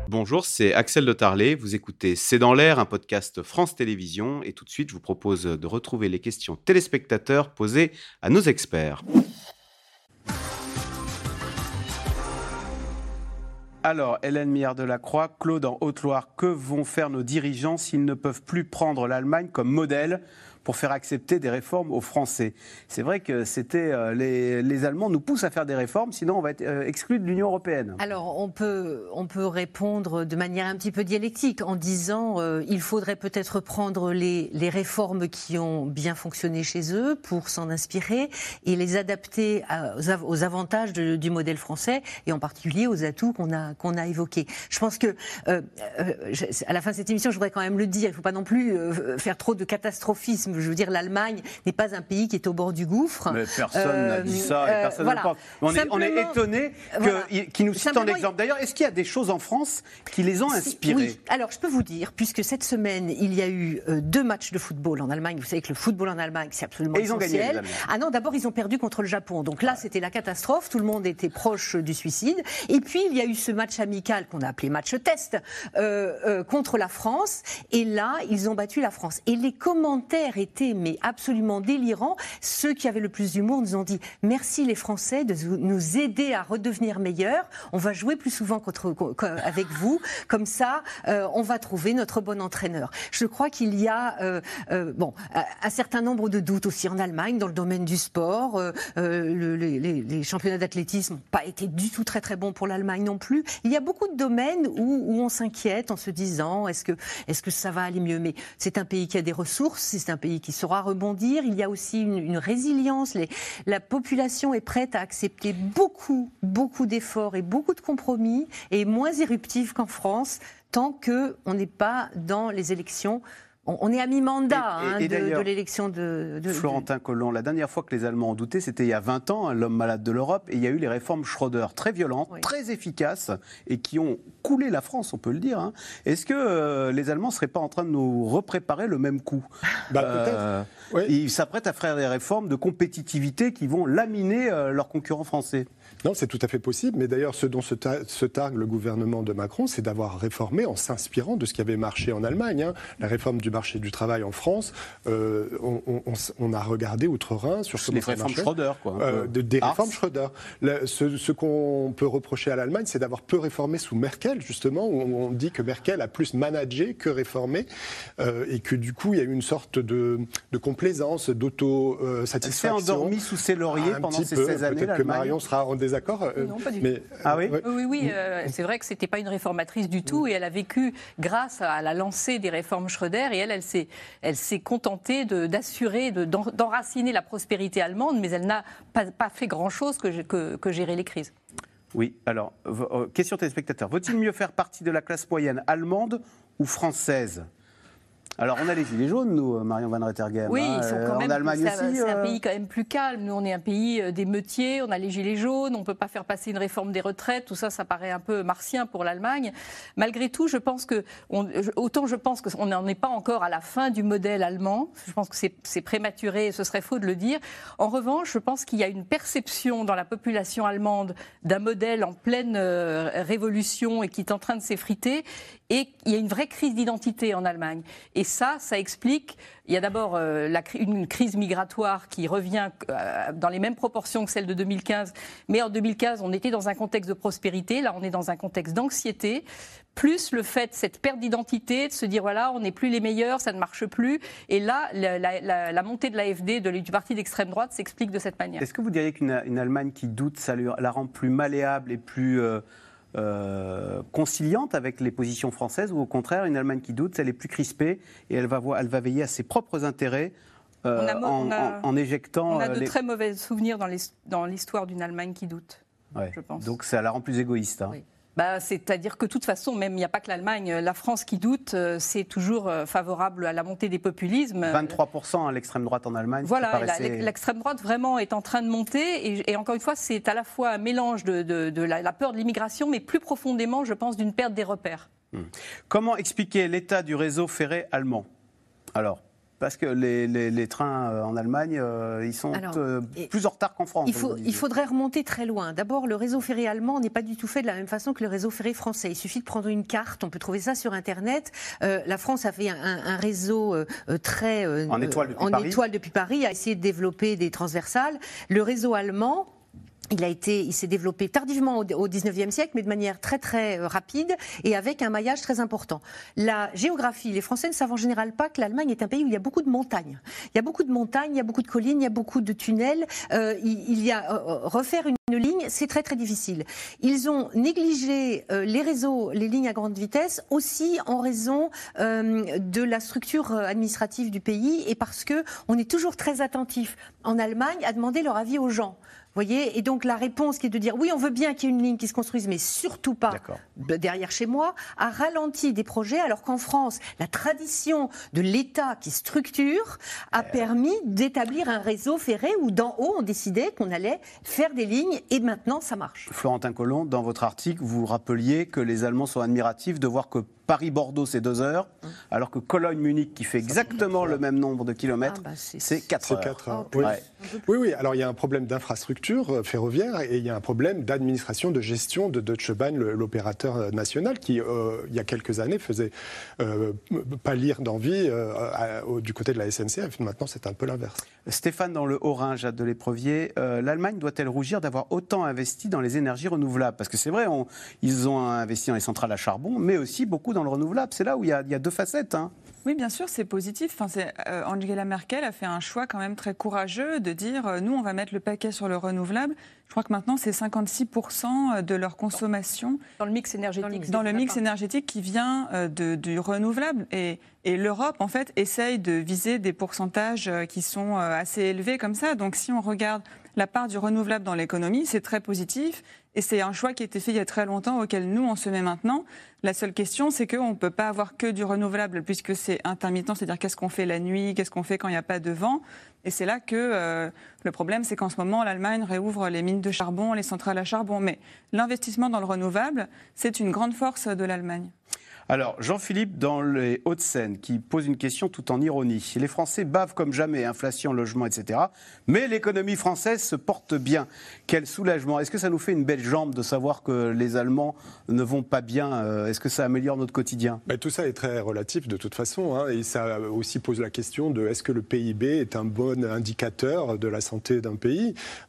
Bonjour, c'est Axel de Tarlet. Vous écoutez C'est dans l'air, un podcast France Télévisions. Et tout de suite, je vous propose de retrouver les questions téléspectateurs posées à nos experts. Alors, Hélène Millard-Delacroix, Claude en Haute-Loire, que vont faire nos dirigeants s'ils ne peuvent plus prendre l'Allemagne comme modèle pour faire accepter des réformes aux Français? C'est vrai que les Allemands nous poussent à faire des réformes, sinon on va être exclus de l'Union européenne. Alors, on peut répondre de manière un petit peu dialectique en disant il faudrait peut-être prendre les réformes qui ont bien fonctionné chez eux pour s'en inspirer et les adapter aux avantages du modèle français et en particulier aux atouts qu'on a évoqués. Je pense que à la fin de cette émission, je voudrais quand même le dire, il ne faut pas non plus faire trop de catastrophisme. Je veux dire, l'Allemagne n'est pas un pays qui est au bord du gouffre. Mais personne n'a dit ça, et personne ne le pense. On est étonné qu'ils nous citent en exemple. D'ailleurs, est-ce qu'il y a des choses en France qui les ont inspirés? Oui, alors je peux vous dire, puisque cette semaine, il y a eu 2 matchs de football en Allemagne. Vous savez que le football en Allemagne, c'est absolument essentiel. Ils ont gagné, Ah non, d'abord, ils ont perdu contre le Japon. Donc là, c'était la catastrophe. Tout le monde était proche du suicide. Et puis, il y a eu ce match amical qu'on a appelé match test contre la France. Et là, ils ont battu la France. Et les commentaires étaient absolument délirants. Ceux qui avaient le plus d'humour nous ont dit « Merci les Français de nous aider à redevenir meilleurs. On va jouer plus souvent avec vous. Comme ça, on va trouver notre bon entraîneur. » Je crois qu'il y a un certain nombre de doutes aussi en Allemagne dans le domaine du sport. Les championnats d'athlétisme n'ont pas été du tout très très bons pour l'Allemagne non plus. Il y a beaucoup de domaines où on s'inquiète en se disant est-ce que ça va aller mieux? Mais c'est un pays qui a des ressources, c'est un pays qui saura rebondir. Il y a aussi une résilience. La population est prête à accepter beaucoup d'efforts et beaucoup de compromis et est moins éruptive qu'en France tant qu'on n'est pas dans les élections. On est à mi-mandat de l'élection de Florentin Collomb, la dernière fois que les Allemands ont douté, c'était il y a 20 ans, l'homme malade de l'Europe, et il y a eu les réformes Schröder, très violentes, très efficaces, et qui ont coulé la France, on peut le dire. Est-ce que les Allemands ne seraient pas en train de nous repréparer le même coup? Peut-être. Oui. Ils s'apprêtent à faire des réformes de compétitivité qui vont laminer leurs concurrents français. Non, c'est tout à fait possible, mais d'ailleurs, ce dont se targue le gouvernement de Macron, c'est d'avoir réformé en s'inspirant de ce qui avait marché en Allemagne. La réforme du marché du travail en France, on a regardé outre-Rhin sur comment ça marchait. Les réformes Schröder, quoi. Des réformes Schröder. Ce qu'on peut reprocher à l'Allemagne, c'est d'avoir peu réformé sous Merkel, justement, où on dit que Merkel a plus managé que réformé, et que du coup, il y a eu une sorte de complaisance, d'auto-satisfaction. Elle s'est endormie sous ses lauriers pendant ces 16 années, peut-être que Marion sera en désaccord. Non, pas du tout. Ah oui, oui. C'est vrai que c'était pas une réformatrice du tout, et elle a vécu grâce à la lancée des réformes Schröder, et elle s'est contentée d'assurer, d'enraciner la prospérité allemande, mais elle n'a pas fait grand-chose que gérer les crises. Oui, alors, question téléspectateur. Vaut-il mieux faire partie de la classe moyenne allemande ou française? Alors, on a les gilets jaunes, nous, Marion Van Rettergem. Oui, ils sont quand même. En Allemagne aussi. C'est un pays quand même plus calme. Nous, on est un pays d'émeutiers, on a les gilets jaunes, on ne peut pas faire passer une réforme des retraites. Tout ça, ça paraît un peu martien pour l'Allemagne. Malgré tout, je pense qu'on n'en est pas encore à la fin du modèle allemand. Je pense que c'est prématuré et ce serait faux de le dire. En revanche, je pense qu'il y a une perception dans la population allemande d'un modèle en pleine révolution et qui est en train de s'effriter. Et il y a une vraie crise d'identité en Allemagne. Et ça explique, il y a d'abord une crise migratoire qui revient dans les mêmes proportions que celle de 2015. Mais en 2015, on était dans un contexte de prospérité. Là, on est dans un contexte d'anxiété. Plus le fait, cette perte d'identité, de se dire, voilà, on n'est plus les meilleurs, ça ne marche plus. Et là, la montée de l'AfD, du parti d'extrême droite, s'explique de cette manière. Est-ce que vous diriez qu'une Allemagne qui doute, ça la rend plus malléable et plus conciliante avec les positions françaises, ou au contraire, une Allemagne qui doute, elle est plus crispée et elle va veiller à ses propres intérêts en éjectant... On a de très mauvais souvenirs dans l'histoire d'une Allemagne qui doute, je pense. Donc ça la rend plus égoïste. Oui. C'est-à-dire que de toute façon, même il n'y a pas que l'Allemagne, la France qui doute, c'est toujours favorable à la montée des populismes. 23% à l'extrême droite en Allemagne. Voilà, l'extrême droite vraiment est en train de monter, et encore une fois, c'est à la fois un mélange de la peur de l'immigration, mais plus profondément, je pense, d'une perte des repères. Comment expliquer l'état du réseau ferré allemand? Alors, parce que les trains en Allemagne, ils sont plus en retard qu'en France. Il faudrait remonter très loin. D'abord, le réseau ferré allemand n'est pas du tout fait de la même façon que le réseau ferré français. Il suffit de prendre une carte, on peut trouver ça sur Internet. La France a fait un réseau très en étoile depuis Paris, a essayé de développer des transversales. Le réseau allemand, il s'est développé tardivement au XIXe siècle, mais de manière très très rapide et avec un maillage très important. La géographie, les Français ne savent en général pas que l'Allemagne est un pays où il y a beaucoup de montagnes. Il y a beaucoup de montagnes, il y a beaucoup de collines, il y a beaucoup de tunnels. Refaire une ligne, c'est très très difficile. Ils ont négligé les lignes à grande vitesse aussi en raison de la structure administrative du pays et parce que on est toujours très attentif en Allemagne à demander leur avis aux gens. Voyez, et donc la réponse qui est de dire oui, on veut bien qu'il y ait une ligne qui se construise, mais surtout pas derrière chez moi, a ralenti des projets, alors qu'en France, la tradition de l'État qui structure a permis d'établir un réseau ferré où d'en haut on décidait qu'on allait faire des lignes et maintenant ça marche. Florentin Collomb, dans votre article, vous rappeliez que les Allemands sont admiratifs de voir que Paris-Bordeaux, c'est 2 heures, alors que Cologne-Munich, qui fait exactement le même nombre de kilomètres, c'est 4 heures. 4 heures. Oui. Alors il y a un problème d'infrastructure ferroviaire et il y a un problème d'administration, de gestion de Deutsche Bahn, l'opérateur national, qui, il y a quelques années, faisait pâlir d'envie du côté de la SNCF. Maintenant, c'est un peu l'inverse. Stéphane, dans le Haut-Rhin, Jade de l'Éprevier, l'Allemagne doit-elle rougir d'avoir autant investi dans les énergies renouvelables? Parce que c'est vrai, ils ont investi dans les centrales à charbon, mais aussi beaucoup dans le renouvelable. C'est là où il y a 2 facettes. Oui, bien sûr, c'est positif. Angela Merkel a fait un choix quand même très courageux de dire nous, on va mettre le paquet sur le renouvelable. Je crois que maintenant, c'est 56% de leur consommation. Dans le mix énergétique. Dans le mix énergétique qui vient du renouvelable. Et l'Europe, en fait, essaye de viser des pourcentages qui sont assez élevés comme ça. Donc, si on regarde la part du renouvelable dans l'économie, c'est très positif. Et c'est un choix qui a été fait il y a très longtemps, auquel nous, on se met maintenant. La seule question, c'est qu'on ne peut pas avoir que du renouvelable, puisque c'est intermittent, c'est-à-dire qu'est-ce qu'on fait la nuit, qu'est-ce qu'on fait quand il n'y a pas de vent. Et c'est là que le problème, c'est qu'en ce moment, l'Allemagne réouvre les mines de charbon, les centrales à charbon. Mais l'investissement dans le renouvelable, c'est une grande force de l'Allemagne. Alors, Jean-Philippe, dans les Hauts-de-Seine, qui pose une question tout en ironie. Les Français bavent comme jamais, inflation, logement, etc. Mais l'économie française se porte bien. Quel soulagement. Est-ce que ça nous fait une belle jambe de savoir que les Allemands ne vont pas bien? Est-ce que ça améliore notre quotidien? Tout ça est très relatif de toute façon. Et ça aussi pose la question de est-ce que le PIB est un bon indicateur de la santé d'un pays?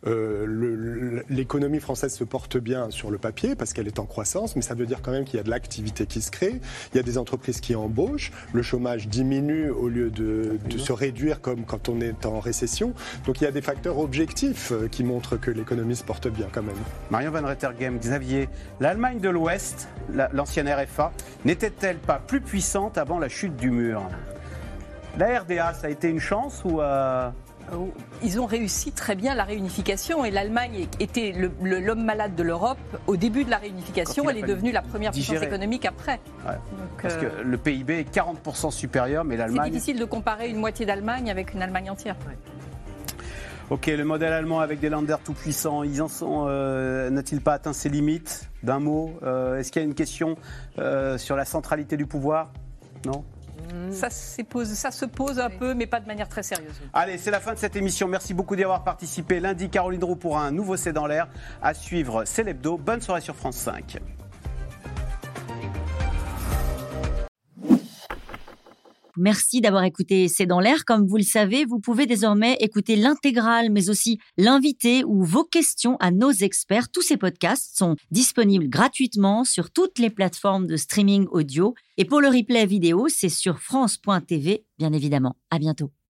L'économie française se porte bien sur le papier parce qu'elle est en croissance, mais ça veut dire quand même qu'il y a de l'activité qui se crée. Il y a des entreprises qui embauchent, le chômage diminue au lieu de se réduire comme quand on est en récession. Donc il y a des facteurs objectifs qui montrent que l'économie se porte bien quand même. Marion Van Rettergem, Xavier, l'Allemagne de l'Ouest, l'ancienne RFA, n'était-elle pas plus puissante avant la chute du mur? La RDA, ça a été une chance ou... Ils ont réussi très bien la réunification et l'Allemagne était l'homme malade de l'Europe au début de la réunification. Elle est devenue la première puissance économique après. Ouais. Donc, parce que le PIB est 40% supérieur, mais l'Allemagne... C'est difficile de comparer une moitié d'Allemagne avec une Allemagne entière. Ouais. Ok, le modèle allemand avec des Länder tout puissants, ils en sont, n'a-t-il pas atteint ses limites? D'un mot, est-ce qu'il y a une question sur la centralité du pouvoir? Non? Ça se pose un peu, mais pas de manière très sérieuse. Allez, c'est la fin de cette émission. Merci beaucoup d'y avoir participé. Lundi, Caroline Roux pour un nouveau C'est dans l'air. À suivre, c'est l'hebdo. Bonne soirée sur France 5. Merci d'avoir écouté C'est dans l'air. Comme vous le savez, vous pouvez désormais écouter l'intégrale, mais aussi l'invité ou vos questions à nos experts. Tous ces podcasts sont disponibles gratuitement sur toutes les plateformes de streaming audio. Et pour le replay vidéo, c'est sur France.tv, bien évidemment. À bientôt.